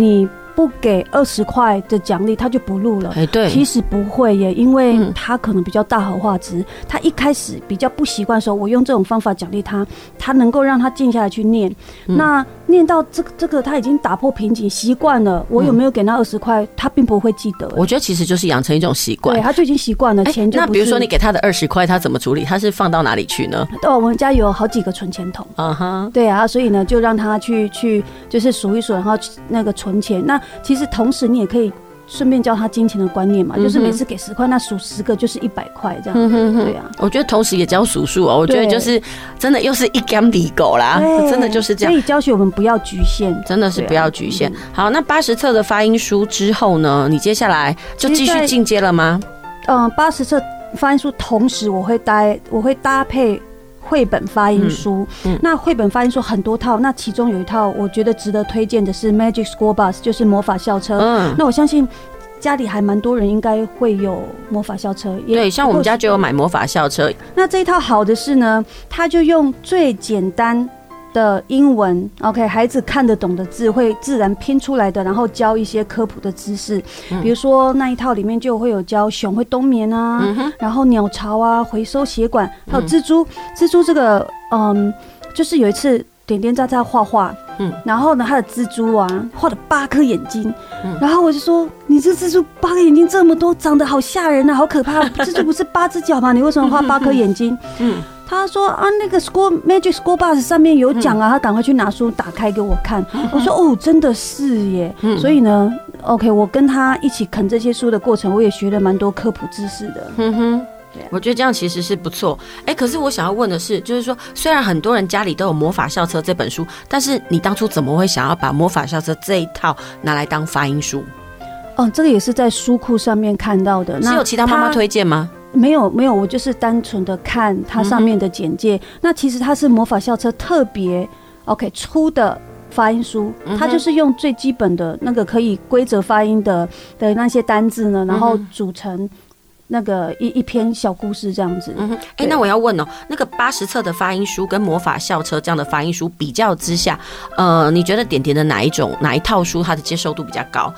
不给20块的奖励，他就不录了。 对，其实不会耶，因为他可能比较大而化之。他一开始比较不习惯的时候，我用这种方法奖励他，他能够让他静下来去念。那念到这个他已经打破瓶颈，习惯了。我有没有给他20块，他并不会记得。 我觉得其实就是养成一种习惯， 对，他就已经习惯了。钱就不是。 那比如说你给他的20块，他怎么处理？他是放到哪里去呢？ 我们家有好几个存钱筒。对啊，所以呢，就让他去就是数一数，然后那个存钱。那其实同时你也可以顺便教他金钱的观念嘛，就是每次给10块，那数10个就是100块这样。对啊， 我觉得同时也教数数哦。我觉得就是真的又是一竿子狗啦，真的就是这样。 所以教学我们不要局限， 真的是不要局限。好，那80册的发音书之后呢，你接下来就继续进阶了吗 ？80册发音书同时我会搭配绘本发音书。那绘本发音书很多套，那其中有一套我觉得值得推荐的是 Magic School Bus， 就是魔法校车。那我相信家里还蛮多人应该会有魔法校车。 对，像我们家就有买魔法校车。 那这一套好的是呢，它就用最简单的英文 ，OK， 孩子看得懂的字会自然拼出来的，然后教一些科普的知识。比如说那一套里面就会有教熊会冬眠啊，然后鸟巢啊，回收血管，还有蜘蛛。蜘蛛这个，就是有一次点点在画画，然后呢，他的蜘蛛啊画了8颗眼睛，然后我就说，你这蜘蛛8颗眼睛这么多，长得好吓人啊，好可怕！蜘蛛不是8只脚吗？你为什么画8颗眼睛？他说啊，那个 Magic School Bus 上面有讲啊，他赶快去拿书打开给我看。我说哦，真的是耶。所以呢 ，OK， 我跟他一起啃这些书的过程，我也学了蛮多科普知识的。 我觉得这样其实是不错。可是我想要问的是，就是说，虽然很多人家里都有《魔法校车》这本书，但是你当初怎么会想要把《魔法校车》这一套拿来当发音书？ 这个也是在书库上面看到的。 是有其他妈妈推荐吗？ 没有，我就是单纯的看它上面的简介。那其实它是魔法校车特别 OK 出的发音书，它就是用最基本的那个可以规则发音的那些单字呢，然后组成那个一篇小故事这样子。 那我要问哦，那个80册的发音书跟魔法校车这样的发音书比较之下，你觉得点点的哪一套书它的接受度比较高？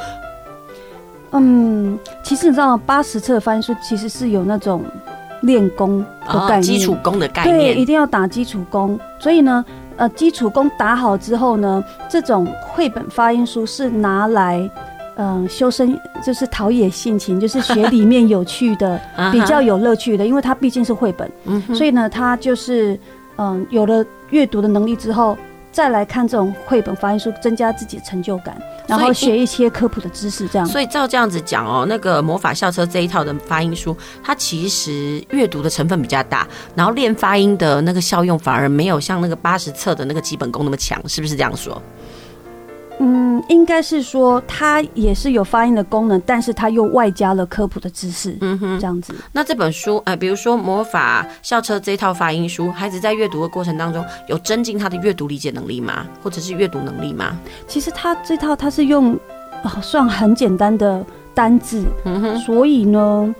其实你知道，80册的发音书其实是有那种练功的概念， 基础功的概念， 对，一定要打基础功。所以呢，基础功打好之后呢，这种绘本发音书是拿来修身，就是陶冶性情，就是学里面有趣的，比较有乐趣的，因为它毕竟是绘本，所以呢，它就是有了阅读的能力之后，再来看这种绘本发音书，增加自己的成就感，然后学一些科普的知识，这样。 所以照这样子讲哦，那个魔法校车这一套的发音书，它其实阅读的成分比较大，然后练发音的那个效用反而没有像那个80册的那个基本功那么强，是不是这样说？ 应该是说它也是有发音的功能，但是它又外加了科普的知识，这样子。 那这本书，比如说魔法校车这一套发音书，孩子在阅读的过程当中有增进他的阅读理解能力吗？或者是阅读能力吗？ 其实它这套它是用算很简单的单字，所以呢，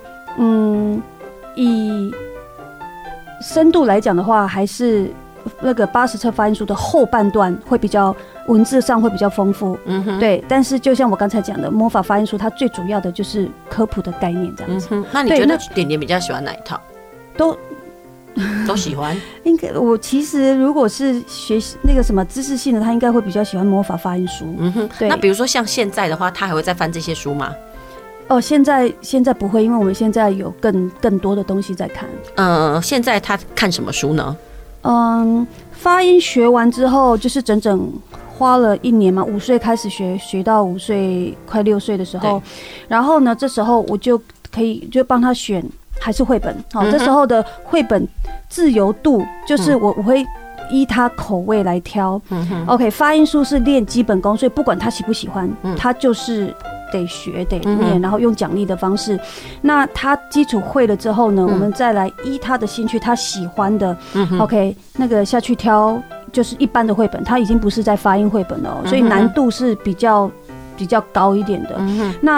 以深度来讲的话，还是那个80册发音书的后半段会比较文字上会比较丰富，对。但是就像我刚才讲的，魔法发音书它最主要的就是科普的概念这样子。 那你觉得点点比较喜欢哪一套？都喜欢。 应该我其实如果是学那个什么知识性的，他应该会比较喜欢魔法发音书。对。 那比如说像现在的话，他还会再翻这些书吗？ 现在不会，因为我们现在有更多的东西在看。 现在他看什么书呢？ 发音学完之后，就是整整花了1年嘛，5岁开始学到5岁快6岁的时候，然后呢，这时候我就可以就帮他选还是绘本。好，这时候的绘本自由度就是我会依他口味来挑。OK， 发音书是练基本功，所以不管他喜不喜欢，他就是得学得念，然后用奖励的方式。那他基础会了之后呢，我们再来依他的兴趣，他喜欢的，OK， 那个下去挑就是一般的绘本，他已经不是在发音绘本了，所以难度是比较高一点的。那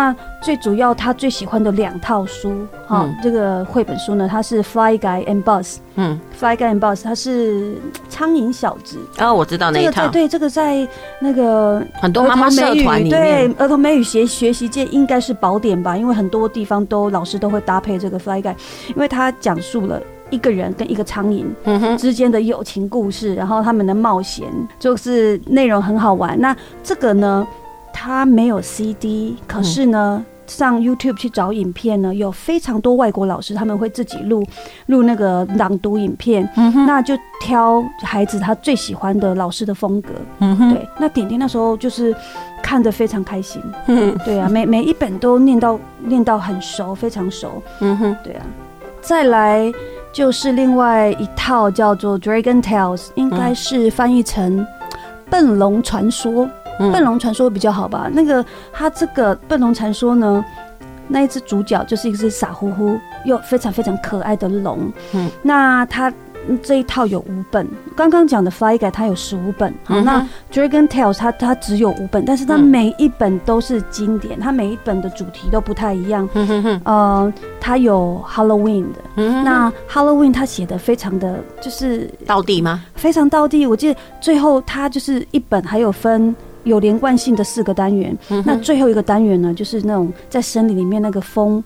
最主要他最喜欢的2套书，这个绘本书呢，它是 Fly Guy and Buzz，Fly Guy and Buzz， 它是苍蝇小子。 我知道那一套。 对，这个在那个很多妈妈社团里面， 对儿童美语学习界应该是宝典吧，因为很多地方老师都会搭配这个 Fly Guy， 因为它讲述了一个人跟一个苍蝇之间的友情故事，然后他们的冒险，就是内容很好玩。那这个呢，它没有 CD， 可是呢，上 YouTube 去找影片呢，有非常多外国老师他们会自己录那个朗读影片，那就挑孩子他最喜欢的老师的风格。对，那点点那时候就是看得非常开心。对啊，每一本都念到很熟，非常熟。对啊，再来就是另外一套叫做 Dragon Tales， 应该是翻译成笨龙传说。笨龙传说比较好吧？那个他这个笨龙传说呢，那一只主角就是一只傻乎乎又非常非常可爱的龙。那他这一套有5本，刚刚讲的 Fly Guy 它有15本，那 Dragon Tales 它只有5本，但是它每一本都是经典，它每一本的主题都不太一样。它有 Halloween 的，那 Halloween 它写的非常的就是道地吗？非常道地。我记得最后它就是一本还有分有连贯性的4个单元，那最后一个单元呢，就是那种在森林里面那个风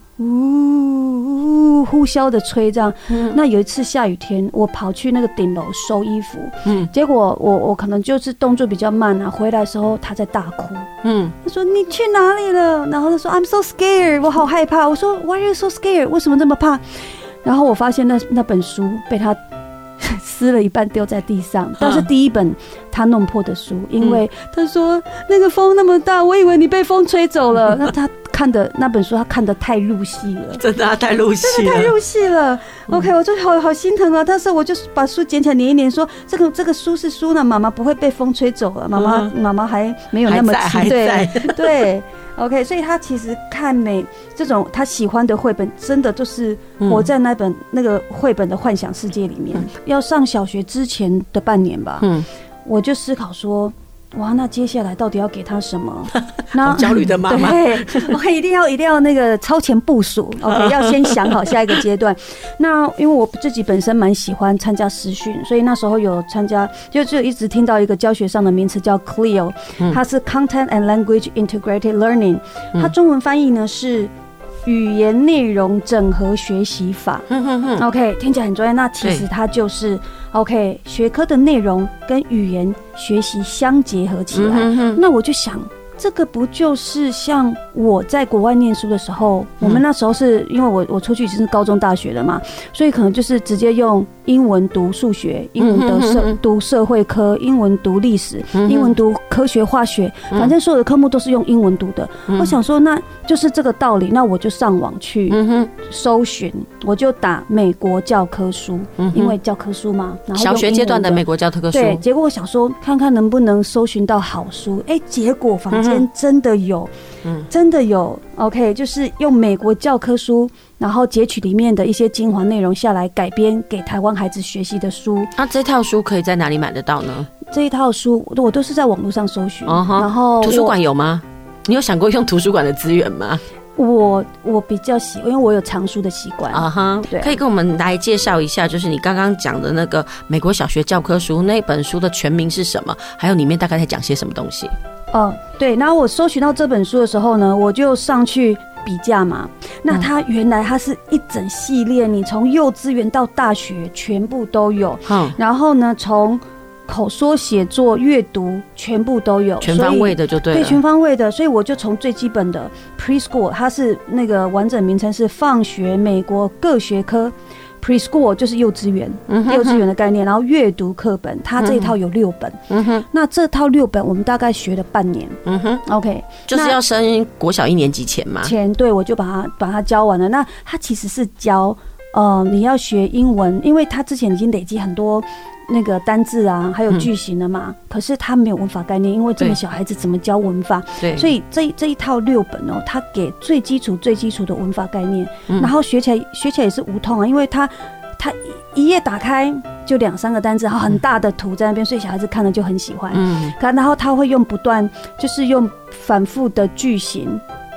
呼啸的吹这样。那有一次下雨天，我跑去那个顶楼收衣服，结果我可能就是动作比较慢啊，回来的时候他在大哭。他说你去哪里了？然后他说 I'm so scared， 我好害怕。我说 Why are you so scared？ 为什么这么怕？然后我发现那本书被他撕了一半丢在地上，但是第一本他弄破的书，因为他说那个风那么大，我以为你被风吹走了。那他看的那本书，他看得太入戏了， 真的太入戏了， 真的太入戏了。OK， 我就好心疼啊！但是我就把书捡起来捏一捏，说这个书是书呢，妈妈不会被风吹走了，妈妈还没有那么气，对。OK， 所以他其实看这种他喜欢的绘本，真的就是活在那个绘本的幻想世界里面。要上小学之前的半年吧，我就思考说，哇，那接下来到底要给他什么？ 好焦虑的妈妈， 对，我一定要那个超前部署 ，OK， 要先想好下一个阶段。那因为我自己本身蛮喜欢参加实训，所以那时候有参加，就一直听到一个教学上的名词叫 CLIO， 它是 Content and Language Integrated Learning， 它中文翻译呢是语言内容整合学习法。OK， 听起来很专业，那其实它就是OK 学科的内容跟语言学习相结合起来。那我就想，这个不就是像我在国外念书的时候，我们那时候是因为我出去已经是高中大学了嘛，所以可能就是直接用英文读数学，英文读社会科，英文读历史，英文读科学化学，反正所有的科目都是用英文读的。我想说那就是这个道理，那我就上网去搜寻，我就打美国教科书，因为教科书嘛，然后小学阶段的美国教科书。 对，结果我想说看看能不能搜寻到好书，结果房间真的有，真的有 OK， 就是用美国教科书，然后截取里面的一些精华内容下来改编给台湾孩子学习的书。 那这套书可以在哪里买得到呢？ 这一套书我都是在网络上搜寻，然后图书馆有吗？你有想过用图书馆的资源吗？ 我比较喜欢，因为我有藏书的习惯。对， 可以跟我们来介绍一下，就是你刚刚讲的那个美国小学教科书那本书的全名是什么？还有里面大概在讲些什么东西？ 对，然后我搜寻到这本书的时候呢，我就上去比价嘛。那它原来它是一整系列，你从幼稚园到大学全部都有。然后呢，从口说写作阅读全部都有， 全方位的就对了。 对，全方位的，所以我就从最基本的 preschool， 它是那个完整名称是放学美国各学科 preschool， 就是幼稚园，幼稚园的概念。然后阅读课本，它这一套有6本，那这套6本我们大概学了半年。OK， 就是要升国小1年级前嘛。 对，我就把它教完了。那它其实是教你要学英文，因为它之前已经累积很多那个单字啊，还有句型了嘛。可是他没有文法概念，因为这么小孩子怎么教文法？对，所以这一套6本哦，他给最基础的文法概念，然后学起来也是无痛啊，因为他一页打开就2-3个单字，然后很大的图在那边，所以小孩子看了就很喜欢。然后他会用就是用反复的句型。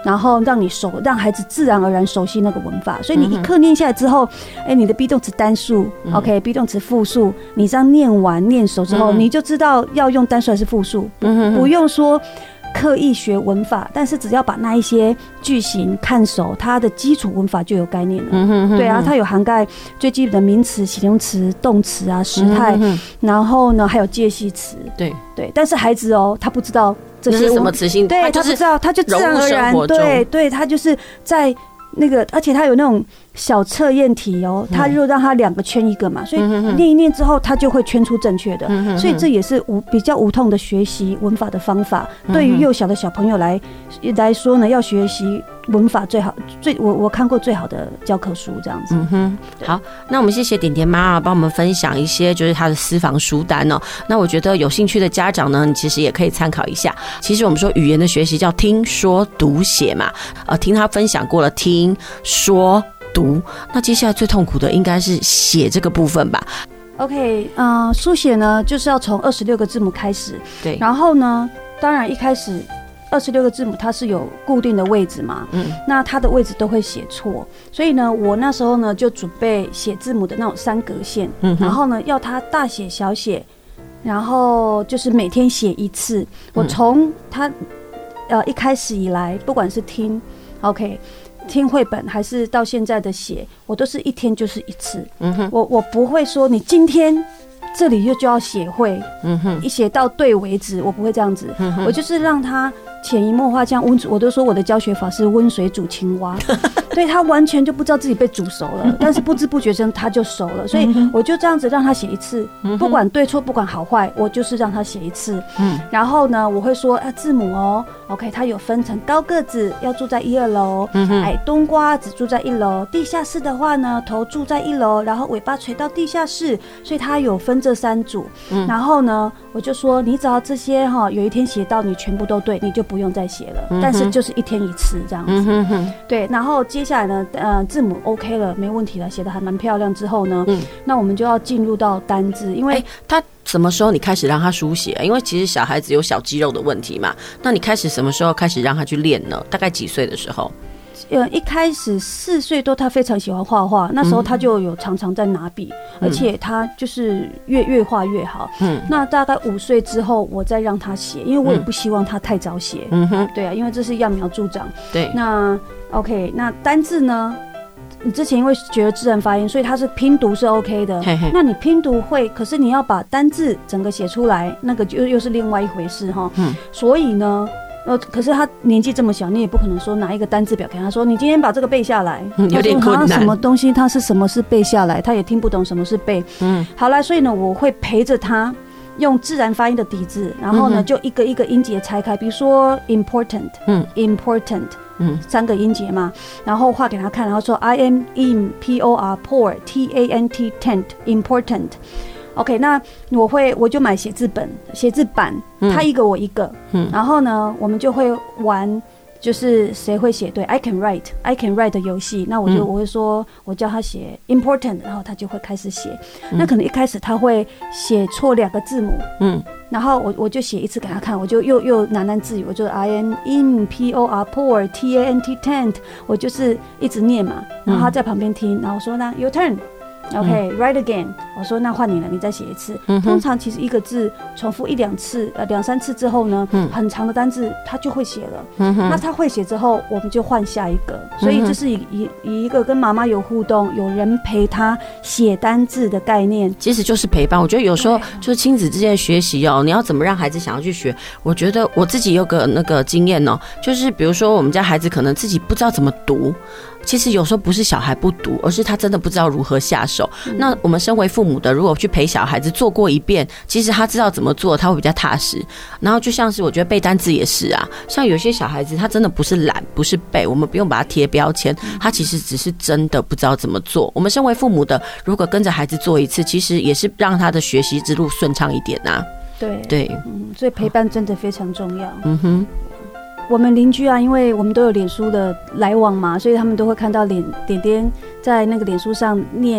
然后让孩子自然而然熟悉那个文法。所以你一课念下来之后，你的 be 动词单数 ，OK，be 动词复数，你这样念完念熟之后，你就知道要用单数还是复数，不用说刻意学文法，但是只要把那一些句型看熟，它的基础文法就有概念了。对啊，它有涵盖最基本的名词、形容词、动词啊、时态，然后呢还有介系词。对，但是孩子他不知道这些什么词性， 对，他不知道，他就自然而然，对，他就是在那个，而且他有那种小测验题他就让他2个圈1个嘛，所以念一念之后，他就会圈出正确的。所以这也是比较无痛的学习文法的方法。对于幼小的小朋友来说呢，要学习文法最好我看过最好的教科书这样子。 好，那我们谢谢点点妈帮我们分享一些就是她的私房书单哦。那我觉得有兴趣的家长呢，你其实也可以参考一下。其实我们说语言的学习叫听说读写嘛，听他分享过了听说读，那接下来最痛苦的应该是写这个部分吧。 OK， 书写呢就是要从26个字母开始。对，然后呢，当然一开始26个字母它是有固定的位置嘛，那它的位置都会写错，所以呢，我那时候呢就准备写字母的那种3格线，然后呢要它大写小写，然后就是每天写一次。我从它一开始以来，不管是听 OK。听绘本还是到现在的写，我都是一天就是一次。我不会说你今天这里就要写会，一写到对为止，我不会这样子。我就是让他潜移默化，这样我都说我的教学法是温水煮青蛙，对，他完全就不知道自己被煮熟了，但是不知不觉间他就熟了。所以我就这样子让他写一次，不管对错，不管好坏，我就是让他写一次。然后呢，我会说字母OK， 它有分成高个子要住在1、2楼，矮冬瓜只住在1楼，地下室的话呢，头住在1楼，然后尾巴垂到地下室，所以它有分这3组。然后呢，我就说你只要这些有一天写到你全部都对，你就不用再写了，但是就是一天一次这样子。对，然后接下来呢，字母 OK 了，没问题了，写得还蛮漂亮之后呢，那我们就要进入到单字，因为他什么时候你开始让他书写？因为其实小孩子有小肌肉的问题嘛，那你开始什么时候开始让他去练呢？大概几岁的时候？ 一开始4岁多，他非常喜欢画画，那时候他就有常常在拿笔，而且他就是越画越好。那大概5岁之后，我再让他写，因为我也不希望他太早写。对啊，因为这是揠苗助长。对，那 OK， 那单字呢？你之前因为觉得自然发音，所以它是拼读是 OK 的。那你拼读会，可是你要把单字整个写出来，那个就又是另外一回事哈。所以呢，可是他年纪这么小，你也不可能说拿一个单字表给他说，你今天把这个背下来， 有点困难。 什么东西它是什么是背下来，他也听不懂什么是背。好啦，所以呢，我会陪着他用自然发音的底子，然后呢就一个一个音节拆开，比如说 important。3个音节嘛，然后画给他看，然后说 I am in por pour tent tent important。OK， 那我就买写字板，他一个我一个，然后呢，我们就会玩，就是谁会写对 I can write 的游戏。那我会说，我教他写 important， 然后他就会开始写。那可能一开始他会写错2个字母，然后我就写一次给他看，我就又喃喃自语，我就 I am in por pour tent tent， 我就是一直念嘛，然后他在旁边听，然后我说那 your turn。OK, write again。我说那换你了，你再写一次。通常其实一个字重复2-3次之后呢，很长的单字他就会写了。那他会写之后，我们就换下一个。所以这是以一个跟妈妈有互动、有人陪他写单字的概念， 其实就是陪伴。我觉得有时候就是亲子之间的学习你要怎么让孩子想要去学？我觉得我自己有个那个经验就是比如说我们家孩子可能自己不知道怎么读。其实有时候不是小孩不读，而是他真的不知道如何下手。那我们身为父母的，如果去陪小孩子做过一遍，其实他知道怎么做，他会比较踏实。然后就像是我觉得背单字也是啊，像有些小孩子他真的不是懒，不是背，我们不用把他贴标签，他其实只是真的不知道怎么做。我们身为父母的，如果跟着孩子做一次，其实也是让他的学习之路顺畅一点啊。对， 所以陪伴真的非常重要。我们邻居啊，因为我们都有脸书的来往嘛，所以他们都会看到点点在那个脸书上念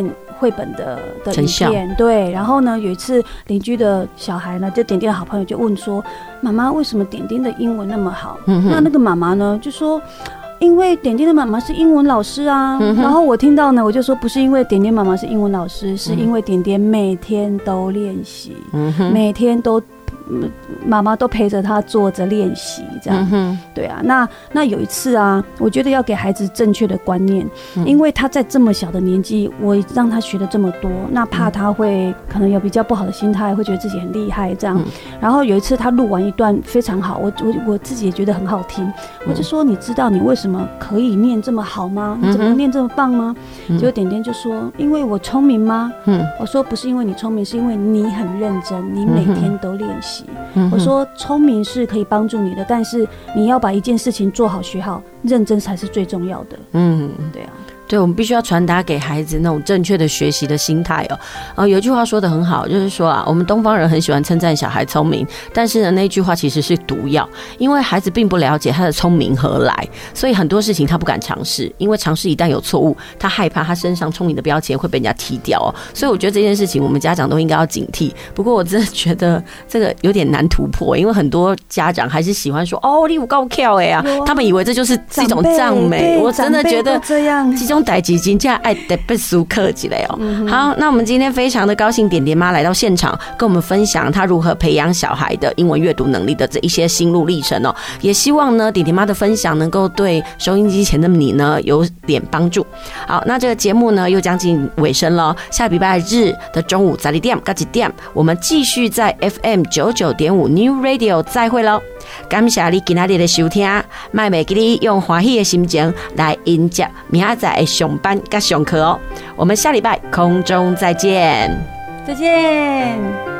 绘本的成效影片，对。然后呢，有一次邻居的小孩呢，就点点的好朋友就问说：“妈妈，为什么点点的英文那么好？”那个妈妈呢就说：“因为点点的妈妈是英文老师啊。”然后我听到呢，我就说：“不是因为点点妈妈是英文老师，是因为点点每天都练习，每天都。”妈妈都陪着他坐着练习，这样，对啊。那有一次啊，我觉得要给孩子正确的观念，因为他在这么小的年纪，我让他学了这么多，那怕他会可能有比较不好的心态，会觉得自己很厉害这样。然后有一次他录完一段非常好，我自己也觉得很好听，我就说：“你知道你为什么可以念这么好吗？你怎么念这么棒吗？”结果点点就说：“因为我聪明吗？”我说：“不是因为你聪明，是因为你很认真，你每天都练习。”我说聪明是可以帮助你的，但是你要把一件事情做好学好，认真才是最重要的。对啊。 对，我们必须要传达给孩子那种正确的学习的心态哦。有一句话说得很好，就是说啊，我们东方人很喜欢称赞小孩聪明，但是呢，那句话其实是毒药，因为孩子并不了解他的聪明何来，所以很多事情他不敢尝试，因为尝试一旦有错误，他害怕他身上聪明的标签会被人家踢掉哦。所以我觉得这件事情我们家长都应该要警惕。不过我真的觉得这个有点难突破，因为很多家长还是喜欢说：“哦，你有够巧的啊！”他们以为这就是一种赞美。我真的觉得这样。这种代志真的爱特别输客气嘞哦。好，那我们今天非常的高兴，点点妈来到现场，跟我们分享她如何培养小孩的英文阅读能力的这一些心路历程哦。也希望呢，点点妈的分享能够对收音机前的你呢有点帮助。好，那这个节目呢又将近尾声了，下礼拜日的中午12点到1点，我们继续在 FM 99.5 New Radio 再会喽。感谢你今天的收听，别忘记你用欢喜的心情来迎接明仔载的上班跟上课哦。我们下礼拜空中再见， 再见。